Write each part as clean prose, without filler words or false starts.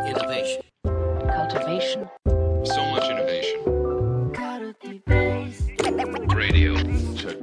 Innovation. Cultivation. So much innovation. Radio. Check.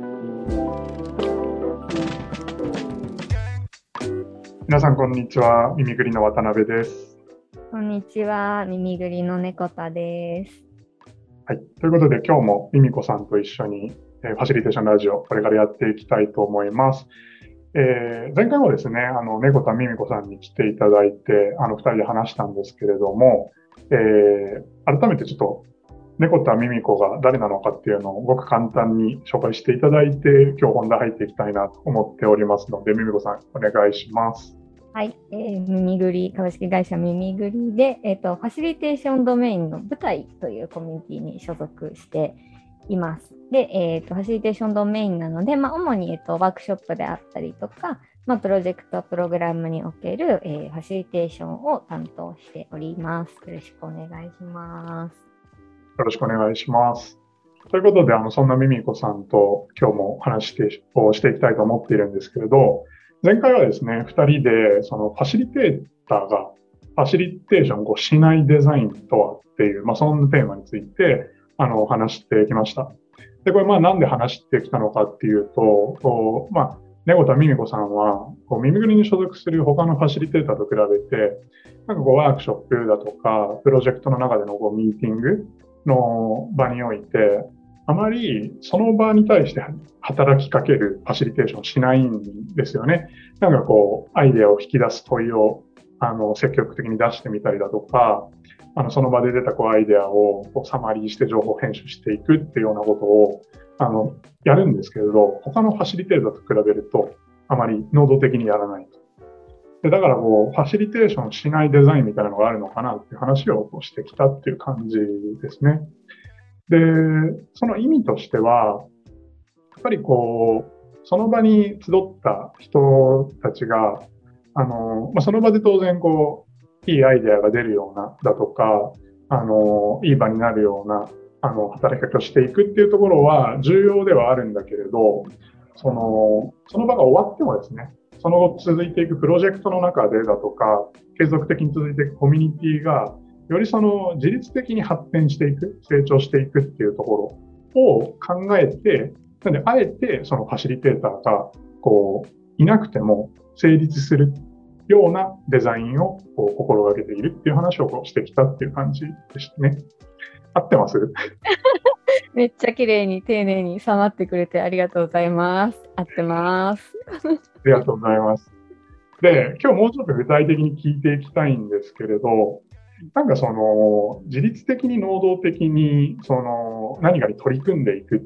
皆さんこんにちは。耳ぐりの渡辺です。 こんにちは。耳ぐりの猫田です。 はい。ということで今日もミミコさんと一緒に、ファシリテーションラジオこれからやっていきたいと思います。前回もですね、猫田ミミコさんに来ていただいて、二人で話したんですけれども、改めてちょっと猫田ミミコが誰なのかっていうのをごく簡単に紹介していただいて、今日本題入っていきたいなと思っておりますので、ミミコさんお願いします。 はい。耳ぐり、株式会社耳ぐりで、ファシリテーションドメインの舞台というコミュニティに所属しています。で、ファシリテーションドメインなので、主に、ワークショップであったりとか、プロジェクト、プログラムにおける、ファシリテーションを担当しております。よろしくお願いします。 よろしくお願いします。ということで、そんなミミコさんと今日も話をしていきたいと思っているんですけれど、前回はですね、二人でそのファシリテーターがファシリテーションをしないデザインとはっていう、そんなテーマについて話してきました。で、これなんで話してきたのかっていうと、猫田ミミコさんは耳ぐりに所属する他のファシリテーターと比べて、ワークショップだとかプロジェクトの中でのミーティングの場において、あまりその場に対して働きかけるファシリテーションをしないんですよね。アイデアを引き出す問いを積極的に出してみたりだとか、その場で出たアイデアをサマリーして情報編集していくっていうようなことをやるんですけれど、他のファシリテーターと比べるとあまり能動的にやらないと。でだからファシリテーションしないデザインみたいなのがあるのかなっていう話をしてきたっていう感じですね。で、その意味としては、やっぱりその場に集った人たちが、その場で当然いいアイデアが出るような、だとか、いい場になるような、働きかけをしていくっていうところは重要ではあるんだけれど、その場が終わってもですね、その後続いていくプロジェクトの中でだとか、継続的に続いていくコミュニティが、より自律的に発展していく、成長していくっていうところを考えて、なので、あえてそのファシリテーターが、いなくても成立するようなデザインを心がけているっていう話をしてきたっていう感じでしたね。合ってます？ めっちゃ綺麗に丁寧に収まってくれてありがとうございます。合ってます。 ありがとうございます。で、今日もうちょっと具体的に聞いていきたいんですけれど、自律的に能動的に何かに取り組んでいくって、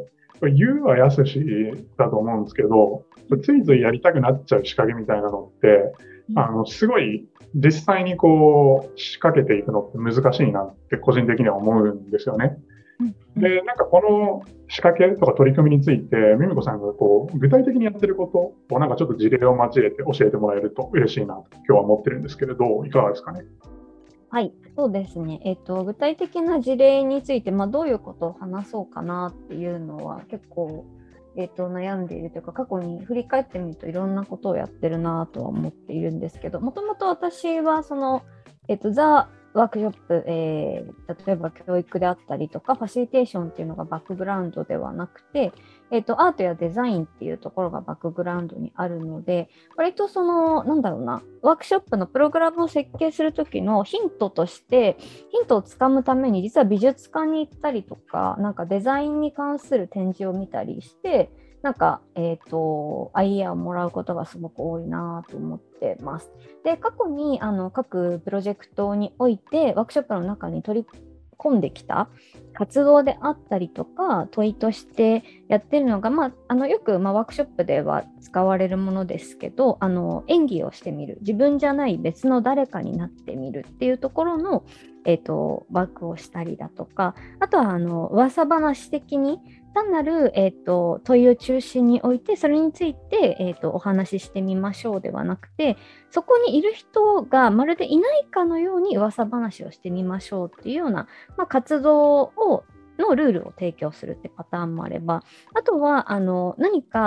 言うはやすしだと思うんですけど、ついついやりたくなっちゃう仕掛けみたいなのって、すごい実際に仕掛けていくのって難しいなって個人的には思うんですよね。で、この仕掛けとか取り組みについて、ミミコさんが具体的にやってることをちょっと事例を交えて教えてもらえると嬉しいなと今日は思ってるんですけれど、いかがですかね。 はい、そうですね。具体的な事例について、どういうことを話そうかなっていうのは結構、悩んでいるというか、過去に振り返ってみるといろんなことをやってるなとは思っているんですけど、もともと私はザ・ワークショップ、例えば教育であったりとか、ファシリテーションっていうのがバックグラウンドではなくて、アートやデザインっていうところがバックグラウンドにあるので、割とワークショップのプログラムを設計するときのヒントとして、ヒントをつかむために実は美術館に行ったりとか、デザインに関する展示を見たりして、アイデアをもらうことがすごく多いなと思ってます。で、過去に各プロジェクトにおいてワークショップの中に取り込んできた活動であったりとか問いとしてやってるのが、よく、ワークショップでは使われるものですけど、演技をしてみる、自分じゃない別の誰かになってみるっていうところの、ワークをしたりだとか、あとは噂話的に単なる、問いを中心に置いて、それについて、お話ししてみましょうではなくて、そこにいる人がまるでいないかのように噂話をしてみましょうっていうような、活動のルールを提供するってパターンもあれば、あとは何か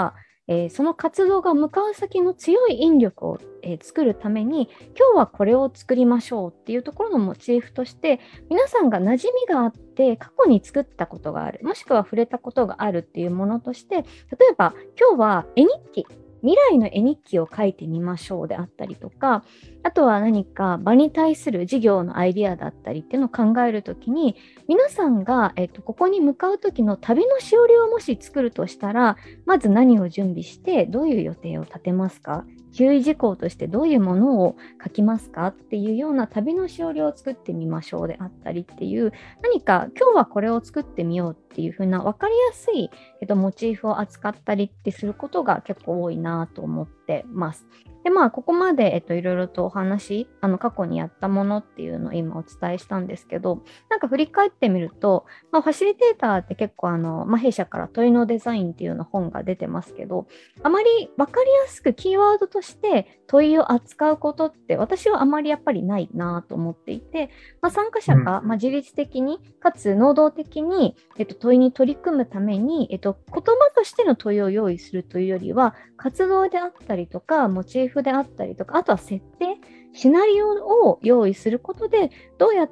その活動が向かう先の強い引力を、作るために今日はこれを作りましょうっていうところのモチーフとして皆さんが馴染みがあって過去に作ったことがあるもしくは触れたことがあるっていうものとして例えば今日は絵日記未来の絵日記を書いてみましょうであったりとかあとは何か場に対する事業のアイディアだったりっていうのを考えるときに皆さんが、ここに向かう時の旅のしおりをもし作るとしたらまず何を準備してどういう予定を立てますか注意事項としてどういうものを書きますかっていうような旅のしおりを作ってみましょうであったりっていう何か今日はこれを作ってみようっていう風な分かりやすい、モチーフを扱ったりってすることが結構多いなと思ってます。でここまで、いろいろとお話過去にやったものっていうのを今お伝えしたんですけどなんか振り返ってみると、ファシリテーターって結構弊社から問いのデザインっていうような本が出てますけどあまり分かりやすくキーワードとして問いを扱うことって私はあまりやっぱりないなと思っていて、参加者が、自律的にかつ能動的に、問いに取り組むために、言葉としての問いを用意するというよりは活動であったりとかモチーフであったりとかあとは設定シナリオを用意することでどうやって、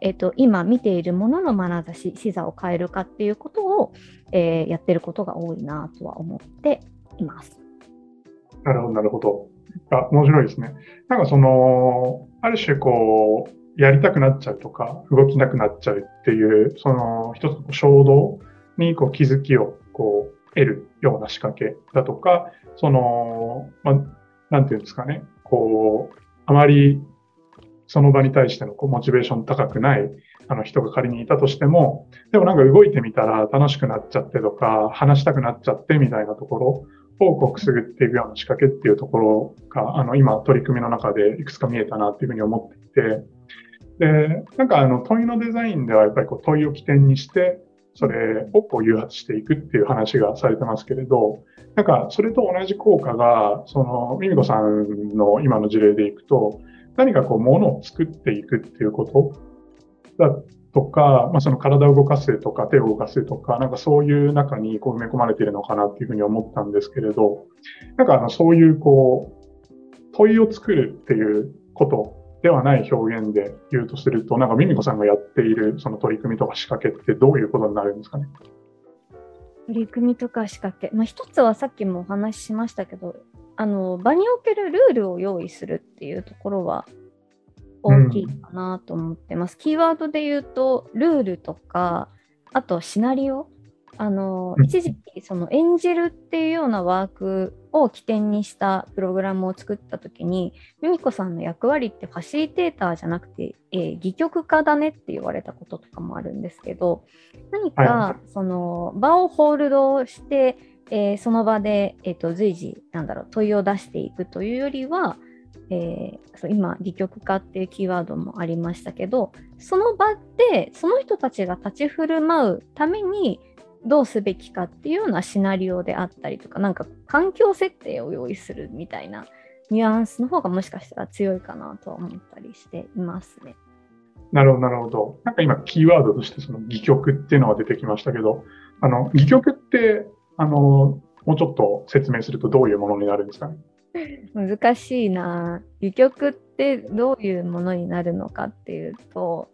今見ているものの眼差し視座を変えるかっていうことを、やってることが多いなとは思っています。 なるほど、なるほど。面白いですね。なんかある種やりたくなっちゃうとか、動きなくなっちゃうっていう、一つの衝動に気づきを得るような仕掛けだとか、なんていうんですかね、あまりその場に対してのモチベーション高くない人が仮にいたとしても、でもなんか動いてみたら楽しくなっちゃってとか、話したくなっちゃってみたいなところをくすぐっていくような仕掛けっていうところが、今取り組みの中でいくつか見えたなっていうふうに思っていて、で、なんか問いのデザインではやっぱり問いを起点にして、それを誘発していくっていう話がされてますけれど、なんかそれと同じ効果が、ミミコさんの今の事例でいくと、何か物を作っていくっていうことだとか、その体を動かすとか手を動かすとか、なんかそういう中に埋め込まれているのかなっていうふうに思ったんですけれど、なんかそういう問いを作るっていうことではない表現で言うとすると、なんかミミコさんがやっているその取り組みとか仕掛けってどういうことになるんですかね。 取り組みとか仕掛け、一つはさっきもお話ししましたけど、場におけるルールを用意するっていうところは大きいかなと思ってます。キーワードで言うとルールとかあとシナリオ一時期その演じるっていうようなワークを起点にしたプログラムを作った時にミミコさんの役割ってファシリテーターじゃなくて、戯曲家だねって言われたこととかもあるんですけど何かその場をホールドして、その場で、随時問いを出していくというよりは今戯曲家っていうキーワードもありましたけどその場でその人たちが立ち振る舞うためにどうすべきかっていうようなシナリオであったりとかなんか環境設定を用意するみたいなニュアンスの方がもしかしたら強いかなとは思ったりしていますね。 なるほど、なるほど。なんか今キーワードとしてその戯曲っていうのが出てきましたけど、戯曲ってもうちょっと説明するとどういうものになるんですかね。 難しいな。戯曲ってどういうものになるのかっていうと、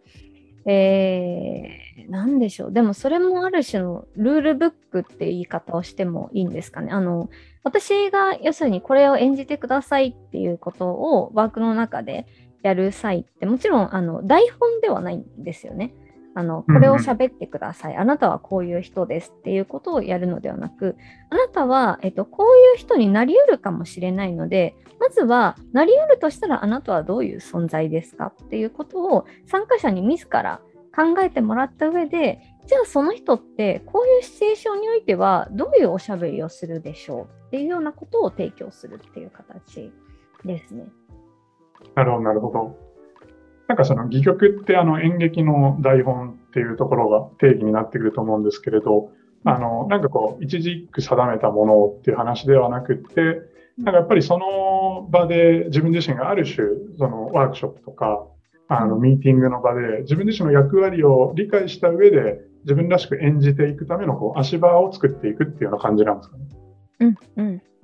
なんでしょう。でもそれもある種のルールブックって言い方をしてもいいんですかね。私が要するにこれを演じてくださいっていうことをワークの中でやる際ってもちろん台本ではないんですよね。これを喋ってください。あなたはこういう人ですっていうことをやるのではなく、あなたは、こういう人になり得るかもしれないので、まずはなり得るとしたらあなたはどういう存在ですかっていうことを参加者に自ら考えてもらった上で、じゃあその人ってこういうシチュエーションにおいてはどういうおしゃべりをするでしょうっていうようなことを提供するっていう形ですね。 なるほど、なるほど。なんかその戯曲って演劇の台本っていうところが定義になってくると思うんですけれど、なんか一軸定めたものっていう話ではなくって、なんかやっぱりその場で自分自身がある種、そのワークショップとか、ミーティングの場で自分自身の役割を理解した上で自分らしく演じていくための足場を作っていくっていうような感じなんですかね。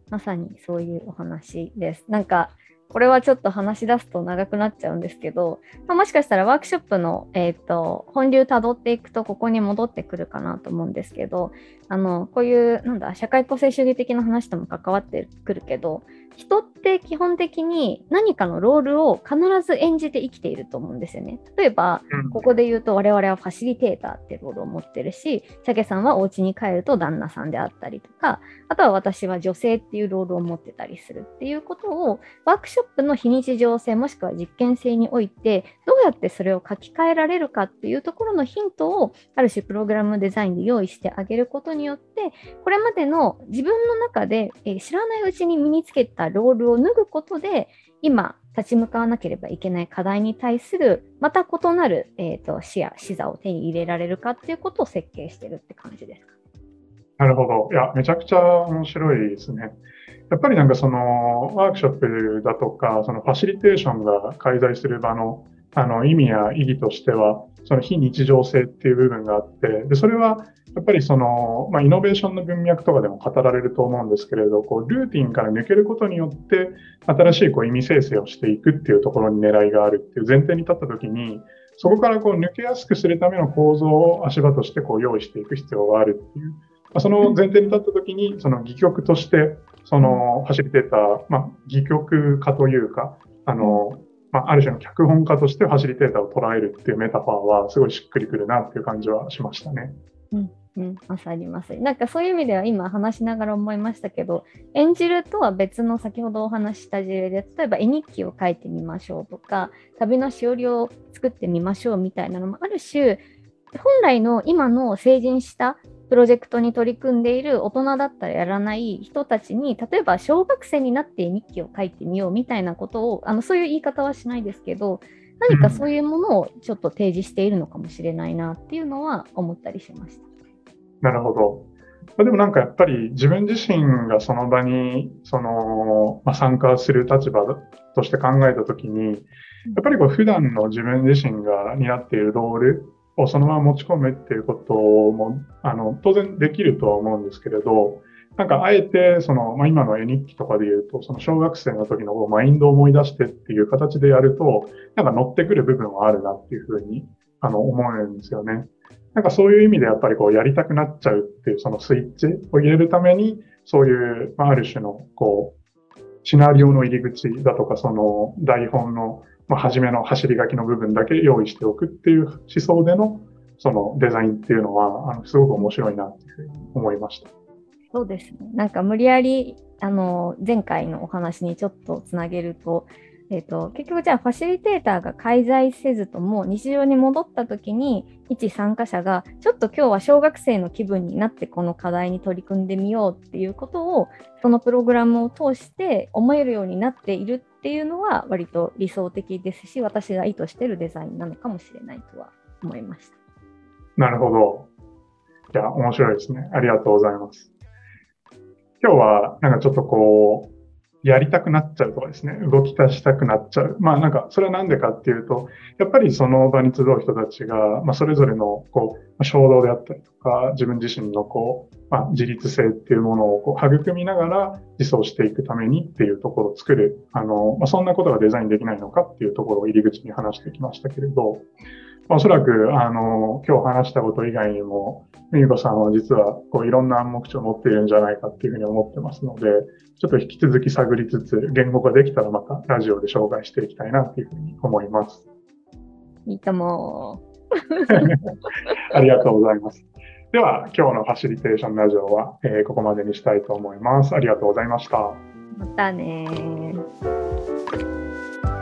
まさにそういうお話です。なんか、これはちょっと話し出すと長くなっちゃうんですけど、もしかしたらワークショップの、本流たどっていくとここに戻ってくるかなと思うんですけど、こういう、社会個性主義的な話とも関わってくるけど、人って基本的に何かのロールを必ず演じて生きていると思うんですよね。例えば、ここで言うと我々はファシリテーターっていうロールを持ってるし、シャケさんはお家に帰ると旦那さんであったりとか、あとは私は女性っていうロールを持ってたりするっていうことを、ワークショップの非日常性もしくは実験性において、どうやってそれを書き換えられるかっていうところのヒントを、ある種プログラムデザインで用意してあげることによって、これまでの自分の中で、知らないうちに身につけたロールを脱ぐことで、今立ち向かわなければいけない課題に対するまた異なる、視野、視座を手に入れられるかっていうことを設計してるって感じですか？ なるほど。いや、めちゃくちゃ面白いですね。やっぱりなんかそのワークショップだとか、そのファシリテーションが介在する場の意味や意義としては、その非日常性っていう部分があって、で、それはやっぱりその、イノベーションの文脈とかでも語られると思うんですけれど、ルーティンから抜けることによって、新しい意味生成をしていくっていうところに狙いがあるっていう前提に立ったときに、そこから抜けやすくするための構造を足場として用意していく必要があるっていう。その前提に立ったときに、その戯曲として、そのファシリテーター、戯曲家というか、ある種の脚本家としてファシリテーターを捉えるっていうメタファーはすごいしっくりくるなっていう感じはしましたね。 まさにまさに。なんかそういう意味では今話しながら思いましたけど、演じるとは別の先ほどお話しした事例で、例えば絵日記を書いてみましょうとか、旅のしおりを作ってみましょうみたいなのもある種、本来の今の成人したプロジェクトに取り組んでいる大人だったらやらない人たちに、例えば小学生になって日記を書いてみようみたいなことを、そういう言い方はしないですけど、何かそういうものをちょっと提示しているのかもしれないなっていうのは思ったりしました。 なるほど。でもなんかやっぱり自分自身がその場に参加する立場として考えたときに、やっぱり普段の自分自身が担っているロールをそのまま持ち込むっていうことも当然できるとは思うんですけれど、なんかあえて今の絵日記とかで言うと、その小学生の時のマインドを思い出してっていう形でやると、なんか乗ってくる部分はあるなっていうふうに思うんですよね。なんかそういう意味でやっぱりやりたくなっちゃうっていうそのスイッチを入れるために、そういうある種のシナリオの入り口だとか、その台本の初めの走り書きの部分だけ用意しておくっていう思想でのそのデザインっていうのはすごく面白いなっていうふうに思いました。 そうですね。なんか無理やり前回のお話にちょっとつなげると、結局じゃあファシリテーターが介在せずとも日常に戻った時に一参加者がちょっと今日は小学生の気分になってこの課題に取り組んでみようっていうことをそのプログラムを通して思えるようになっているっていうのは割と理想的ですし、私が意図しているデザインなのかもしれないとは思いました。 なるほど。いや、面白いですね。ありがとうございます。今日はなんかちょっとやりたくなっちゃうとかですね、動き出したくなっちゃう。なんか、それはなんでかっていうと、やっぱりその場に集う人たちが、それぞれの、衝動であったりとか、自分自身の自立性っていうものを育みながら実装していくためにっていうところを作る。そんなことがデザインできないのかっていうところを入り口に話してきましたけれど、おそらく、今日話したこと以外にも、ミミコさんは実はいろんな暗黙知を持っているんじゃないかっていうふうに思ってますので、ちょっと引き続き探りつつ、言語ができたらまたラジオで紹介していきたいなっていうふうに思います。 いいとも。 ありがとうございます。では、今日のファシリテーションラジオは、ここまでにしたいと思います。ありがとうございました。 またね。